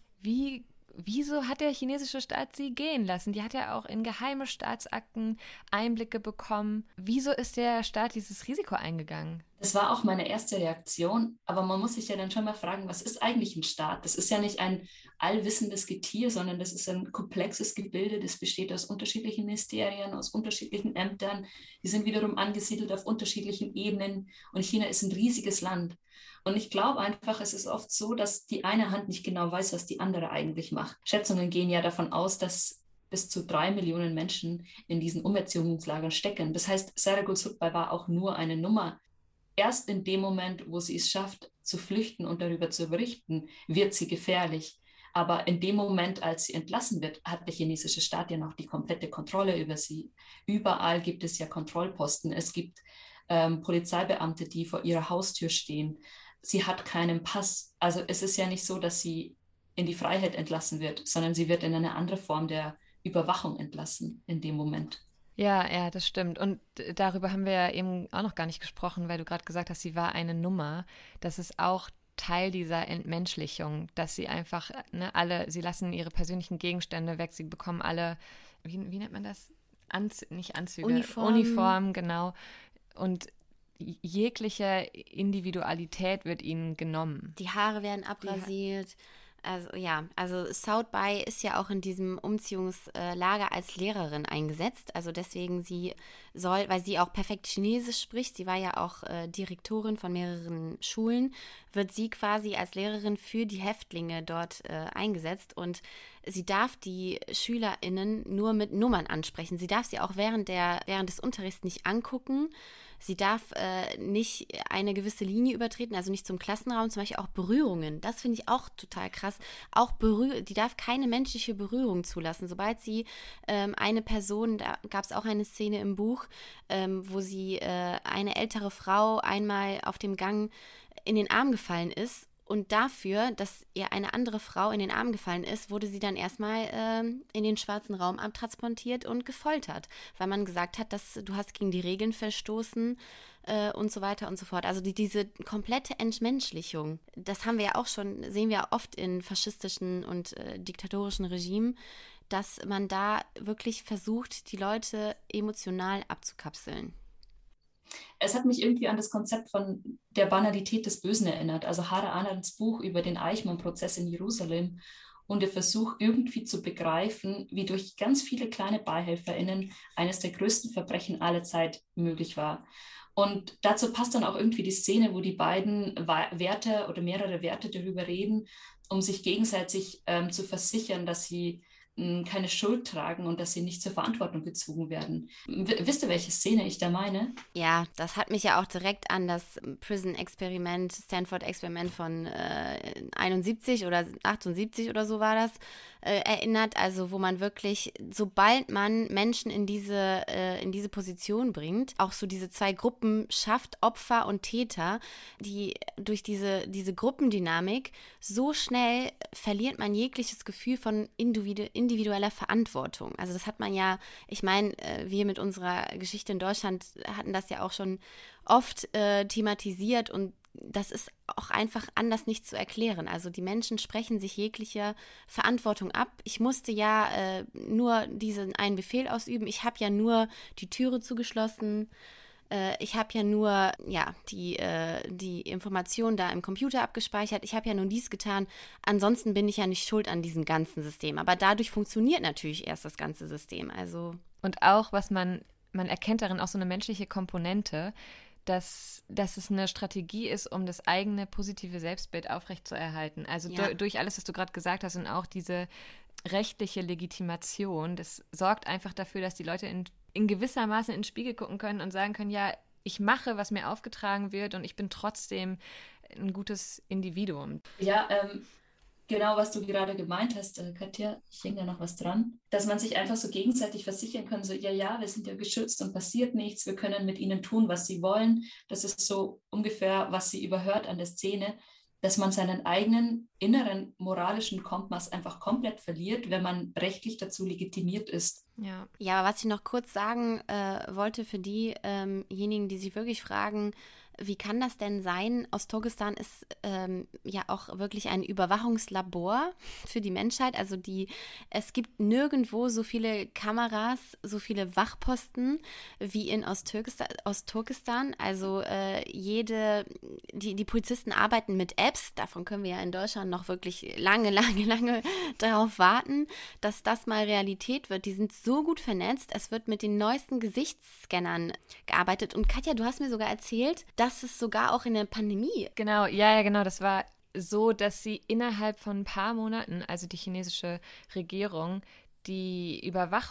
wieso hat der chinesische Staat sie gehen lassen? Die hat ja auch in geheime Staatsakten Einblicke bekommen. Wieso ist der Staat dieses Risiko eingegangen? Das war auch meine erste Reaktion, aber man muss sich ja dann schon mal fragen, was ist eigentlich ein Staat? Das ist ja nicht ein allwissendes Getier, sondern das ist ein komplexes Gebilde, das besteht aus unterschiedlichen Ministerien, aus unterschiedlichen Ämtern, die sind wiederum angesiedelt auf unterschiedlichen Ebenen und China ist ein riesiges Land. Und ich glaube einfach, es ist oft so, dass die eine Hand nicht genau weiß, was die andere eigentlich macht. Schätzungen gehen ja davon aus, dass bis zu 3 Millionen Menschen in diesen Umerziehungslagern stecken. Das heißt, Saragut Sutbay war auch nur eine Nummer. Erst in dem Moment, wo sie es schafft, zu flüchten und darüber zu berichten, wird sie gefährlich. Aber in dem Moment, als sie entlassen wird, hat der chinesische Staat ja noch die komplette Kontrolle über sie. Überall gibt es ja Kontrollposten. Es gibt Polizeibeamte, die vor ihrer Haustür stehen. Sie hat keinen Pass. Also es ist ja nicht so, dass sie in die Freiheit entlassen wird, sondern sie wird in eine andere Form der Überwachung entlassen in dem Moment. Ja, das stimmt. Und darüber haben wir ja eben auch noch gar nicht gesprochen, weil du gerade gesagt hast, sie war eine Nummer. Das ist auch Teil dieser Entmenschlichung, dass sie einfach, sie lassen ihre persönlichen Gegenstände weg, sie bekommen alle, wie nennt man das? Nicht Anzüge. Uniformen, genau. Und jegliche Individualität wird ihnen genommen. Die Haare werden abrasiert. Also South Bai ist ja auch in diesem Umziehungslager als Lehrerin eingesetzt. Also deswegen weil sie auch perfekt Chinesisch spricht, sie war ja auch Direktorin von mehreren Schulen, wird sie quasi als Lehrerin für die Häftlinge dort eingesetzt und sie darf die SchülerInnen nur mit Nummern ansprechen. Sie darf sie auch während des Unterrichts nicht angucken. Sie darf nicht eine gewisse Linie übertreten, also nicht zum Klassenraum, zum Beispiel auch Berührungen. Das finde ich auch total krass. Auch die darf keine menschliche Berührung zulassen. Sobald sie eine Person, da gab es auch eine Szene im Buch, wo sie eine ältere Frau einmal auf dem Gang in den Arm gefallen ist. Und dafür, dass ihr eine andere Frau in den Arm gefallen ist, wurde sie dann erstmal in den schwarzen Raum abtransportiert und gefoltert, weil man gesagt hat, dass du hast gegen die Regeln verstoßen und so weiter und so fort. Also diese komplette Entmenschlichung, das sehen wir oft in faschistischen und diktatorischen Regimen, dass man da wirklich versucht, die Leute emotional abzukapseln. Es hat mich irgendwie an das Konzept von der Banalität des Bösen erinnert. Also Hannah Arendts Buch über den Eichmann-Prozess in Jerusalem und der Versuch irgendwie zu begreifen, wie durch ganz viele kleine BeihelferInnen eines der größten Verbrechen aller Zeit möglich war. Und dazu passt dann auch irgendwie die Szene, wo die beiden Wärter oder mehrere Wärter darüber reden, um sich gegenseitig zu versichern, dass sie keine Schuld tragen und dass sie nicht zur Verantwortung gezogen werden. Wisst ihr, welche Szene ich da meine? Ja, das hat mich ja auch direkt an das Prison-Experiment, Stanford-Experiment von 71 oder 78 oder so war das, erinnert. Also wo man wirklich, sobald man Menschen in diese Position bringt, auch so diese zwei Gruppen schafft, Opfer und Täter, die durch diese Gruppendynamik so schnell verliert man jegliches Gefühl von individueller Verantwortung. Also das hat man ja, ich meine, wir mit unserer Geschichte in Deutschland hatten das ja auch schon oft thematisiert und das ist auch einfach anders nicht zu erklären. Also die Menschen sprechen sich jegliche Verantwortung ab. Ich musste ja nur diesen einen Befehl ausüben. Ich habe ja nur die Türe zugeschlossen. Ich habe ja nur die Informationen da im Computer abgespeichert. Ich habe ja nur dies getan. Ansonsten bin ich ja nicht schuld an diesem ganzen System. Aber dadurch funktioniert natürlich erst das ganze System. Also und auch, was man erkennt darin auch so eine menschliche Komponente, dass es eine Strategie ist, um das eigene positive Selbstbild aufrechtzuerhalten. Also durch alles, was du gerade gesagt hast und auch diese rechtliche Legitimation, das sorgt einfach dafür, dass die Leute in gewisser Maße in den Spiegel gucken können und sagen können, ja, ich mache, was mir aufgetragen wird und ich bin trotzdem ein gutes Individuum. Ja, genau, was du gerade gemeint hast, Katja, ich hänge da noch was dran, dass man sich einfach so gegenseitig versichern kann, so ja, wir sind ja geschützt und passiert nichts, wir können mit ihnen tun, was sie wollen. Das ist so ungefähr, was sie überhört an der Szene, dass man seinen eigenen inneren moralischen Kompass einfach komplett verliert, wenn man rechtlich dazu legitimiert ist. Ja, aber was ich noch kurz sagen wollte für diejenigen, die sich wirklich fragen, wie kann das denn sein? Ostturkestan ist ja auch wirklich ein Überwachungslabor für die Menschheit. Also es gibt nirgendwo so viele Kameras, so viele Wachposten wie in Ostturkestan. Also die Polizisten arbeiten mit Apps. Davon können wir ja in Deutschland noch wirklich lange darauf warten, dass das mal Realität wird. Die sind so gut vernetzt. Es wird mit den neuesten Gesichtsscannern gearbeitet. Und Katja, du hast mir sogar erzählt, dass es sogar auch in der Pandemie. Genau, genau. Das war so, dass sie innerhalb von ein paar Monaten, also die chinesische Regierung, die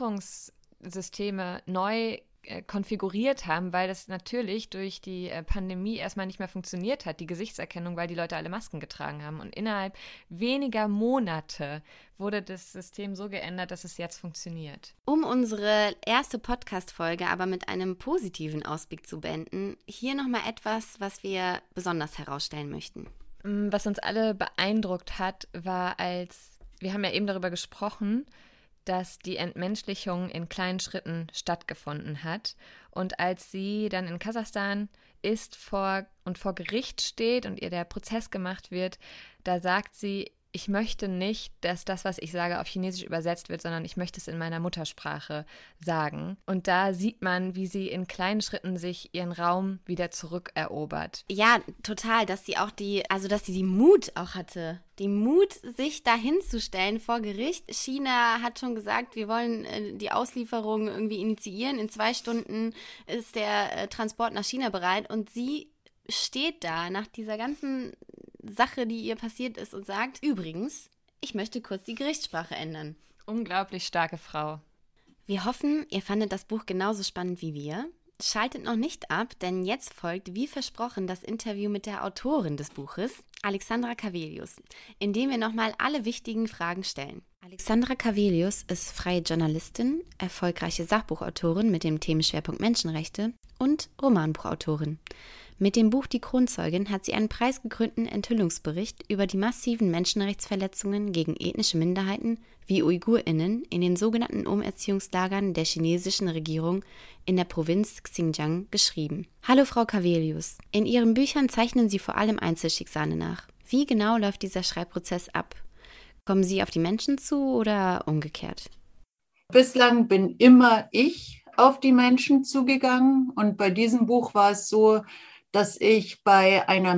Überwachungssysteme neu konfiguriert haben, weil das natürlich durch die Pandemie erstmal nicht mehr funktioniert hat, die Gesichtserkennung, weil die Leute alle Masken getragen haben. Und innerhalb weniger Monate wurde das System so geändert, dass es jetzt funktioniert. Um unsere erste Podcast-Folge aber mit einem positiven Ausblick zu beenden, hier nochmal etwas, was wir besonders herausstellen möchten. Was uns alle beeindruckt hat, war, wir haben ja eben darüber gesprochen, dass die Entmenschlichung in kleinen Schritten stattgefunden hat. Und als sie dann in Kasachstan ist vor Gericht steht und ihr der Prozess gemacht wird, da sagt sie, ich möchte nicht, dass das, was ich sage, auf Chinesisch übersetzt wird, sondern ich möchte es in meiner Muttersprache sagen. Und da sieht man, wie sie in kleinen Schritten sich ihren Raum wieder zurückerobert. Ja, total, dass sie die Mut auch hatte. Die Mut, sich dahin zu stellen vor Gericht. China hat schon gesagt, wir wollen die Auslieferung irgendwie initiieren. In 2 Stunden ist der Transport nach China bereit. Und sie steht da nach dieser ganzen Sache, die ihr passiert ist, und sagt, übrigens, ich möchte kurz die Gerichtssprache ändern. Unglaublich starke Frau. Wir hoffen, ihr fandet das Buch genauso spannend wie wir. Schaltet noch nicht ab, denn jetzt folgt, wie versprochen, das Interview mit der Autorin des Buches, Alexandra Cavelius, in dem wir nochmal alle wichtigen Fragen stellen. Alexandra Cavelius ist freie Journalistin, erfolgreiche Sachbuchautorin mit dem Themenschwerpunkt Menschenrechte und Romanbuchautorin. Mit dem Buch Die Kronzeugin hat sie einen preisgekrönten Enthüllungsbericht über die massiven Menschenrechtsverletzungen gegen ethnische Minderheiten wie UigurInnen in den sogenannten Umerziehungslagern der chinesischen Regierung in der Provinz Xinjiang geschrieben. Hallo Frau Cavelius, in Ihren Büchern zeichnen Sie vor allem Einzelschicksale nach. Wie genau läuft dieser Schreibprozess ab? Kommen Sie auf die Menschen zu oder umgekehrt? Bislang bin immer ich auf die Menschen zugegangen und bei diesem Buch war es so, dass ich bei einer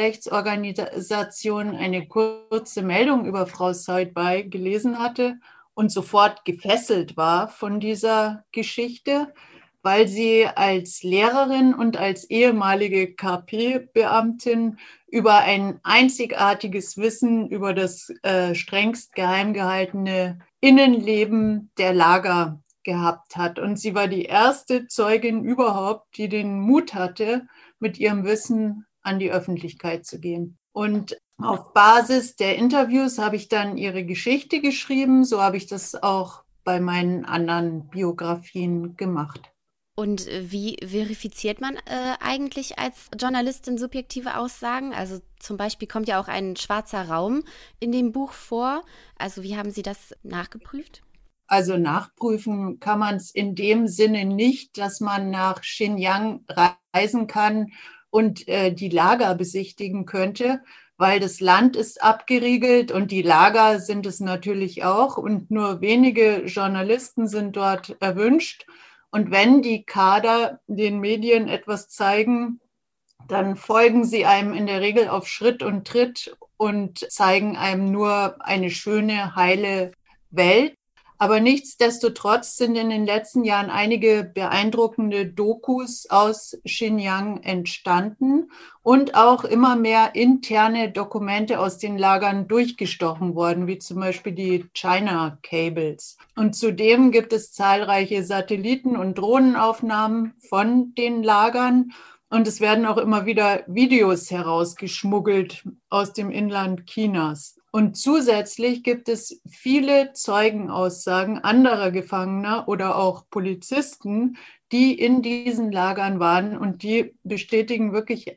Menschenrechtsorganisation eine kurze Meldung über Frau Soytbay gelesen hatte und sofort gefesselt war von dieser Geschichte, weil sie als Lehrerin und als ehemalige KP-Beamtin über ein einzigartiges Wissen über das strengst geheim gehaltene Innenleben der Lager gehabt hat. Und sie war die erste Zeugin überhaupt, die den Mut hatte, mit ihrem Wissen an die Öffentlichkeit zu gehen. Und auf Basis der Interviews habe ich dann ihre Geschichte geschrieben. So habe ich das auch bei meinen anderen Biografien gemacht. Und wie verifiziert man eigentlich als Journalistin subjektive Aussagen? Also zum Beispiel kommt ja auch ein schwarzer Raum in dem Buch vor. Also wie haben Sie das nachgeprüft? Also nachprüfen kann man es in dem Sinne nicht, dass man nach Xinjiang reisen kann und die Lager besichtigen könnte, weil das Land ist abgeriegelt und die Lager sind es natürlich auch und nur wenige Journalisten sind dort erwünscht. Und wenn die Kader den Medien etwas zeigen, dann folgen sie einem in der Regel auf Schritt und Tritt und zeigen einem nur eine schöne, heile Welt. Aber nichtsdestotrotz sind in den letzten Jahren einige beeindruckende Dokus aus Xinjiang entstanden und auch immer mehr interne Dokumente aus den Lagern durchgestochen worden, wie zum Beispiel die China Cables. Und zudem gibt es zahlreiche Satelliten- und Drohnenaufnahmen von den Lagern. Und es werden auch immer wieder Videos herausgeschmuggelt aus dem Inland Chinas. Und zusätzlich gibt es viele Zeugenaussagen anderer Gefangener oder auch Polizisten, die in diesen Lagern waren und die bestätigen wirklich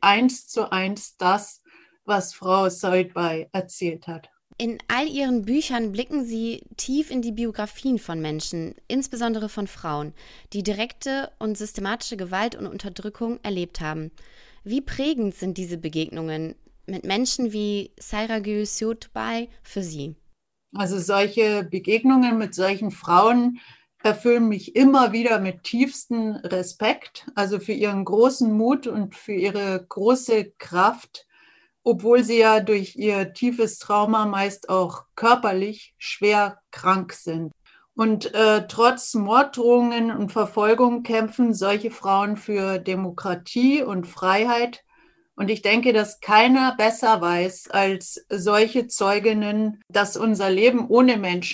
1:1 das, was Frau Soytbay erzählt hat. In all Ihren Büchern blicken Sie tief in die Biografien von Menschen, insbesondere von Frauen, die direkte und systematische Gewalt und Unterdrückung erlebt haben. Wie prägend sind diese Begegnungen mit Menschen wie Sayragül Soytbay für Sie? Also solche Begegnungen mit solchen Frauen erfüllen mich immer wieder mit tiefstem Respekt, also für ihren großen Mut und für ihre große Kraft, obwohl sie ja durch ihr tiefes Trauma meist auch körperlich schwer krank sind. Und trotz Morddrohungen und Verfolgung kämpfen solche Frauen für Demokratie und Freiheit. Und ich denke, dass keiner besser weiß als solche Zeuginnen, dass unser Leben ohne Menschenrechte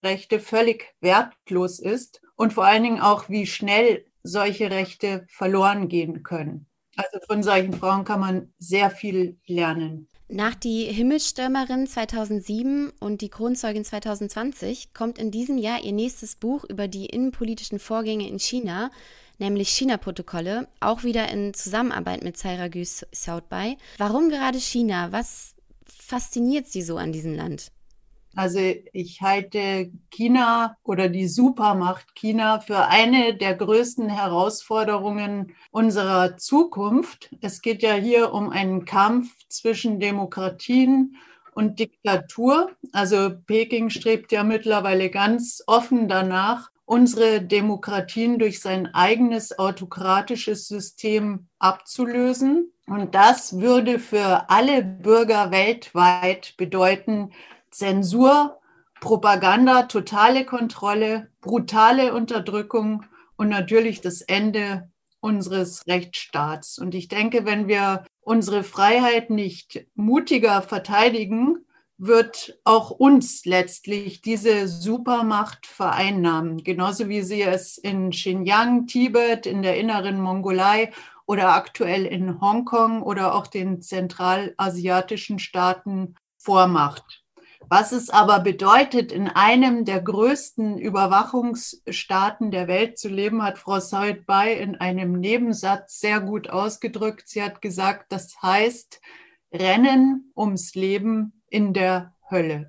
Menschenrechte völlig wertlos ist und vor allen Dingen auch, wie schnell solche Rechte verloren gehen können. Also von solchen Frauen kann man sehr viel lernen. Nach Die Himmelstürmerin 2007 und Die Kronzeugin 2020 kommt in diesem Jahr ihr nächstes Buch über die innenpolitischen Vorgänge in China, nämlich China-Protokolle, auch wieder in Zusammenarbeit mit Sairagü Saotbay. Warum gerade China? Was fasziniert Sie so an diesem Land? Also ich halte China oder die Supermacht China für eine der größten Herausforderungen unserer Zukunft. Es geht ja hier um einen Kampf zwischen Demokratien und Diktatur. Also Peking strebt ja mittlerweile ganz offen danach, unsere Demokratien durch sein eigenes autokratisches System abzulösen. Und das würde für alle Bürger weltweit bedeuten, Zensur, Propaganda, totale Kontrolle, brutale Unterdrückung und natürlich das Ende unseres Rechtsstaats. Und ich denke, wenn wir unsere Freiheit nicht mutiger verteidigen, wird auch uns letztlich diese Supermacht vereinnahmen. Genauso wie sie es in Xinjiang, Tibet, in der inneren Mongolei oder aktuell in Hongkong oder auch den zentralasiatischen Staaten vormacht. Was es aber bedeutet, in einem der größten Überwachungsstaaten der Welt zu leben, hat Frau Saotbay in einem Nebensatz sehr gut ausgedrückt. Sie hat gesagt, das heißt Rennen ums Leben in der Hölle.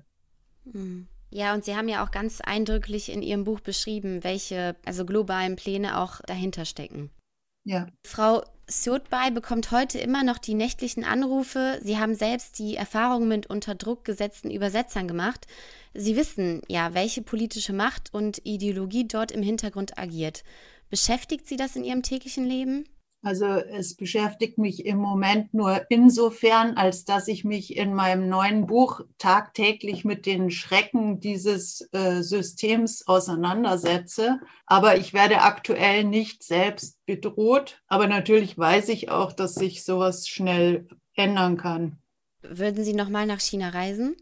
Ja, und Sie haben ja auch ganz eindrücklich in Ihrem Buch beschrieben, welche globalen Pläne auch dahinter stecken. Ja. Frau Saotbay bekommt heute immer noch die nächtlichen Anrufe. Sie haben selbst die Erfahrung mit unter Druck gesetzten Übersetzern gemacht. Sie wissen ja, welche politische Macht und Ideologie dort im Hintergrund agiert. Beschäftigt Sie das in Ihrem täglichen Leben? Also es beschäftigt mich im Moment nur insofern, als dass ich mich in meinem neuen Buch tagtäglich mit den Schrecken dieses Systems auseinandersetze. Aber ich werde aktuell nicht selbst bedroht. Aber natürlich weiß ich auch, dass sich sowas schnell ändern kann. Würden Sie nochmal nach China reisen?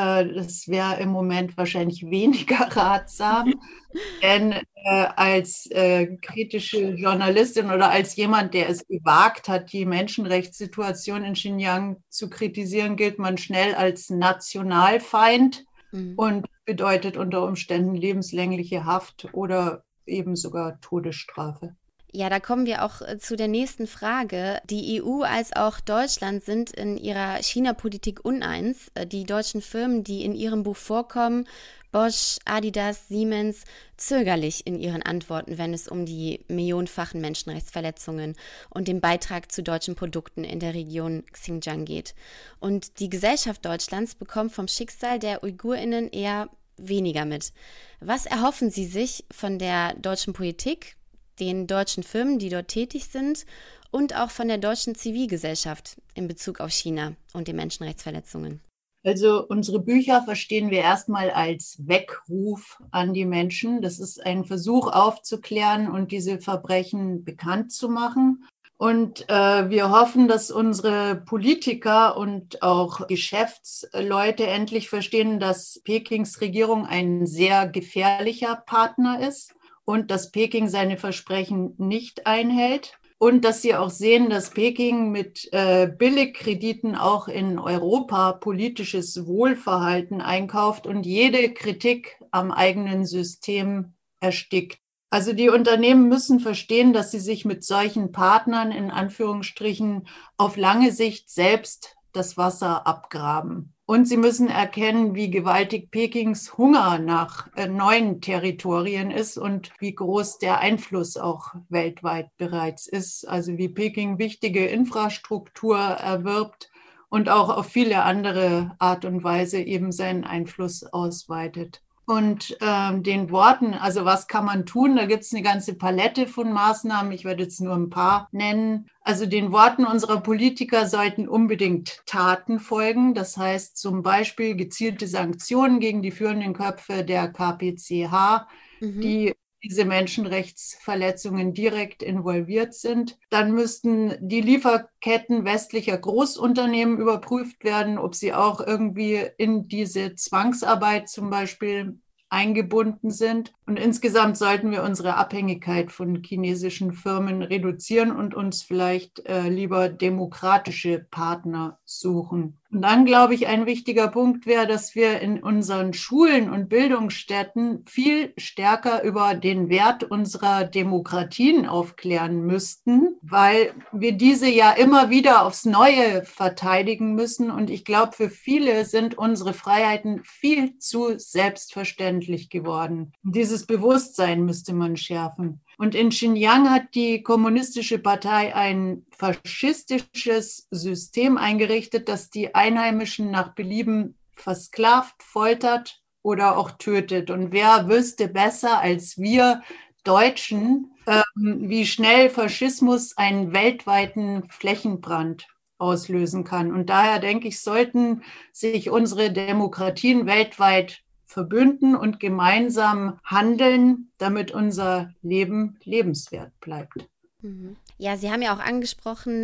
Das wäre im Moment wahrscheinlich weniger ratsam, denn als kritische Journalistin oder als jemand, der es gewagt hat, die Menschenrechtssituation in Xinjiang zu kritisieren, gilt man schnell als Nationalfeind und bedeutet unter Umständen lebenslängliche Haft oder eben sogar Todesstrafe. Ja, da kommen wir auch zu der nächsten Frage. Die EU als auch Deutschland sind in ihrer China-Politik uneins. Die deutschen Firmen, die in ihrem Buch vorkommen, Bosch, Adidas, Siemens, zögerlich in ihren Antworten, wenn es um die millionenfachen Menschenrechtsverletzungen und den Beitrag zu deutschen Produkten in der Region Xinjiang geht. Und die Gesellschaft Deutschlands bekommt vom Schicksal der UigurInnen eher weniger mit. Was erhoffen Sie sich von der deutschen Politik, den deutschen Firmen, die dort tätig sind, und auch von der deutschen Zivilgesellschaft in Bezug auf China und die Menschenrechtsverletzungen? Also unsere Bücher verstehen wir erstmal als Weckruf an die Menschen. Das ist ein Versuch aufzuklären und diese Verbrechen bekannt zu machen. Und wir hoffen, dass unsere Politiker und auch Geschäftsleute endlich verstehen, dass Pekings Regierung ein sehr gefährlicher Partner ist und dass Peking seine Versprechen nicht einhält. Und dass sie auch sehen, dass Peking mit Billigkrediten auch in Europa politisches Wohlverhalten einkauft und jede Kritik am eigenen System erstickt. Also die Unternehmen müssen verstehen, dass sie sich mit solchen Partnern in Anführungsstrichen auf lange Sicht selbst das Wasser abgraben. Und sie müssen erkennen, wie gewaltig Pekings Hunger nach neuen Territorien ist und wie groß der Einfluss auch weltweit bereits ist. Also wie Peking wichtige Infrastruktur erwirbt und auch auf viele andere Art und Weise eben seinen Einfluss ausweitet. Und den Worten, also was kann man tun? Da gibt es eine ganze Palette von Maßnahmen. Ich werde jetzt nur ein paar nennen. Also den Worten unserer Politiker sollten unbedingt Taten folgen. Das heißt zum Beispiel gezielte Sanktionen gegen die führenden Köpfe der KPCH, die diese Menschenrechtsverletzungen direkt involviert sind. Dann müssten die Lieferketten westlicher Großunternehmen überprüft werden, ob sie auch irgendwie in diese Zwangsarbeit zum Beispiel eingebunden sind. Und insgesamt sollten wir unsere Abhängigkeit von chinesischen Firmen reduzieren und uns vielleicht lieber demokratische Partner suchen. Und dann, glaube ich, ein wichtiger Punkt wäre, dass wir in unseren Schulen und Bildungsstätten viel stärker über den Wert unserer Demokratien aufklären müssten, weil wir diese ja immer wieder aufs Neue verteidigen müssen. Und ich glaube, für viele sind unsere Freiheiten viel zu selbstverständlich geworden. Dieses Bewusstsein müsste man schärfen. Und in Xinjiang hat die Kommunistische Partei ein faschistisches System eingerichtet, das die Einheimischen nach Belieben versklavt, foltert oder auch tötet. Und wer wüsste besser als wir Deutschen, wie schnell Faschismus einen weltweiten Flächenbrand auslösen kann. Und daher denke ich, sollten sich unsere Demokratien weltweit verbünden und gemeinsam handeln, damit unser Leben lebenswert bleibt. Ja, Sie haben ja auch angesprochen,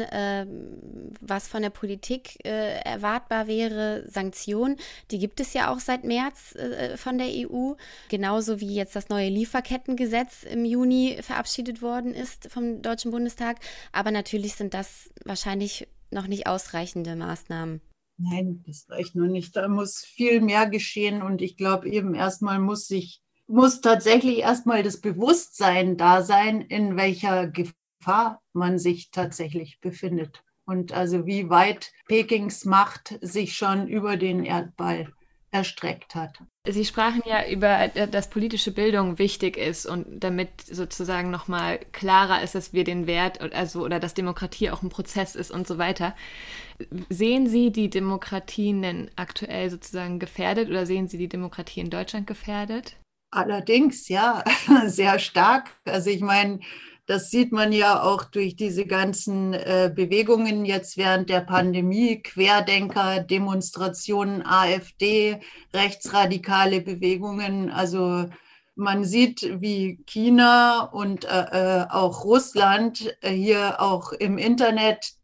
was von der Politik erwartbar wäre, Sanktionen. Die gibt es ja auch seit März von der EU, genauso wie jetzt das neue Lieferkettengesetz im Juni verabschiedet worden ist vom Deutschen Bundestag. Aber natürlich sind das wahrscheinlich noch nicht ausreichende Maßnahmen. Nein, das reicht noch nicht. Da muss viel mehr geschehen und ich glaube eben erstmal muss tatsächlich erstmal das Bewusstsein da sein, in welcher Gefahr man sich tatsächlich befindet. Und also wie weit Pekings Macht sich schon über den Erdball erstreckt hat. Sie sprachen ja über, dass politische Bildung wichtig ist und damit sozusagen nochmal klarer ist, dass wir den Wert, oder dass Demokratie auch ein Prozess ist und so weiter. Sehen Sie die Demokratien denn aktuell sozusagen gefährdet oder sehen Sie die Demokratie in Deutschland gefährdet? Allerdings, ja, sehr stark. Also ich meine, das sieht man ja auch durch diese ganzen Bewegungen jetzt während der Pandemie, Querdenker, Demonstrationen, AfD, rechtsradikale Bewegungen. Also man sieht, wie China und auch Russland hier auch im Internet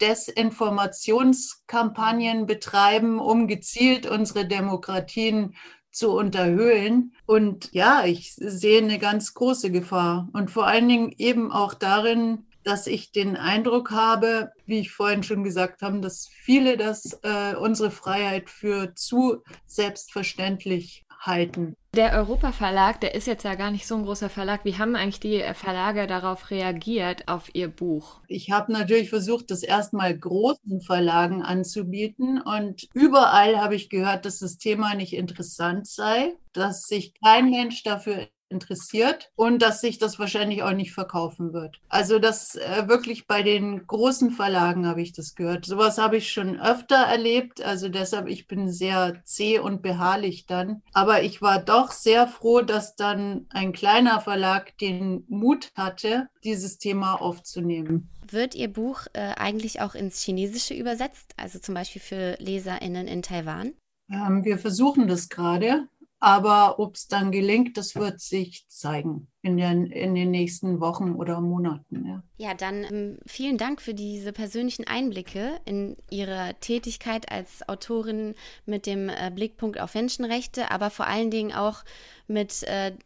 Desinformationskampagnen betreiben, um gezielt unsere Demokratien zu unterhöhlen. Und ja, ich sehe eine ganz große Gefahr. Und vor allen Dingen eben auch darin, dass ich den Eindruck habe, wie ich vorhin schon gesagt habe, dass viele unsere Freiheit für zu selbstverständlich halten. Der Europa-Verlag, der ist jetzt ja gar nicht so ein großer Verlag. Wie haben eigentlich die Verlage darauf reagiert, auf Ihr Buch? Ich habe natürlich versucht, das erstmal großen Verlagen anzubieten und überall habe ich gehört, dass das Thema nicht interessant sei, dass sich kein Mensch dafür interessiert und dass sich das wahrscheinlich auch nicht verkaufen wird. Also das wirklich bei den großen Verlagen habe ich das gehört. Sowas habe ich schon öfter erlebt, also deshalb, ich bin sehr zäh und beharrlich dann. Aber ich war doch sehr froh, dass dann ein kleiner Verlag den Mut hatte, dieses Thema aufzunehmen. Wird Ihr Buch eigentlich auch ins Chinesische übersetzt, also zum Beispiel für LeserInnen in Taiwan? Wir versuchen das gerade. Aber ob es dann gelingt, das wird sich zeigen in den nächsten Wochen oder Monaten. Ja, ja, dann vielen Dank für diese persönlichen Einblicke in Ihre Tätigkeit als Autorin mit dem Blickpunkt auf Menschenrechte, aber vor allen Dingen auch mit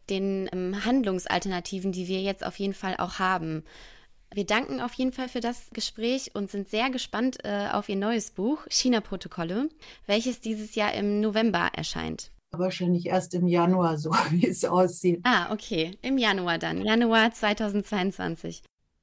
den Handlungsalternativen, die wir jetzt auf jeden Fall auch haben. Wir danken auf jeden Fall für das Gespräch und sind sehr gespannt auf Ihr neues Buch, China-Protokolle, welches dieses Jahr im November erscheint. Wahrscheinlich erst im Januar, so wie es aussieht. Ah, okay. Im Januar dann. Januar 2022.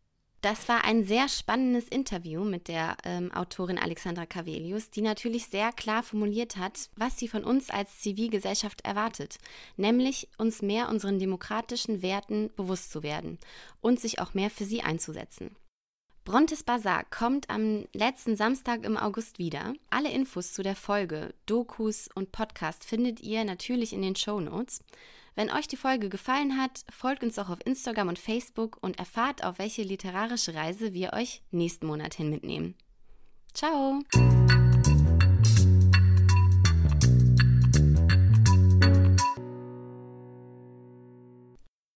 Das war ein sehr spannendes Interview mit der Autorin Alexandra Cavelius, die natürlich sehr klar formuliert hat, was sie von uns als Zivilgesellschaft erwartet, nämlich uns mehr unseren demokratischen Werten bewusst zu werden und sich auch mehr für sie einzusetzen. Brontes Bazar kommt am letzten Samstag im August wieder. Alle Infos zu der Folge, Dokus und Podcast findet ihr natürlich in den Shownotes. Wenn euch die Folge gefallen hat, folgt uns auch auf Instagram und Facebook und erfahrt, auf welche literarische Reise wir euch nächsten Monat hin mitnehmen. Ciao!